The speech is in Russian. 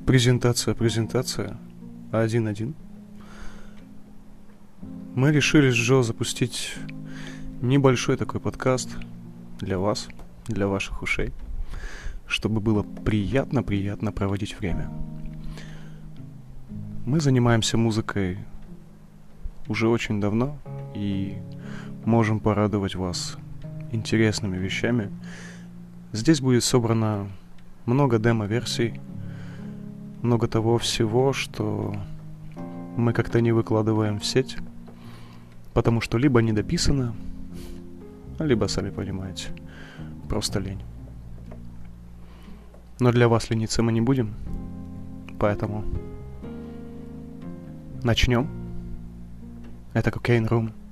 Презентация. 1-1. Мы решили с Джо запустить небольшой такой подкаст для вас, для ваших ушей, чтобы было приятно проводить время. Мы занимаемся музыкой уже очень давно и можем порадовать вас интересными вещами. Здесь будет собрано много демо-версий, много того всего, что мы как-то не выкладываем в сеть, потому что либо не дописано, либо, сами понимаете, просто лень. Но для вас лениться мы не будем, поэтому начнем. Это Cocaine Room.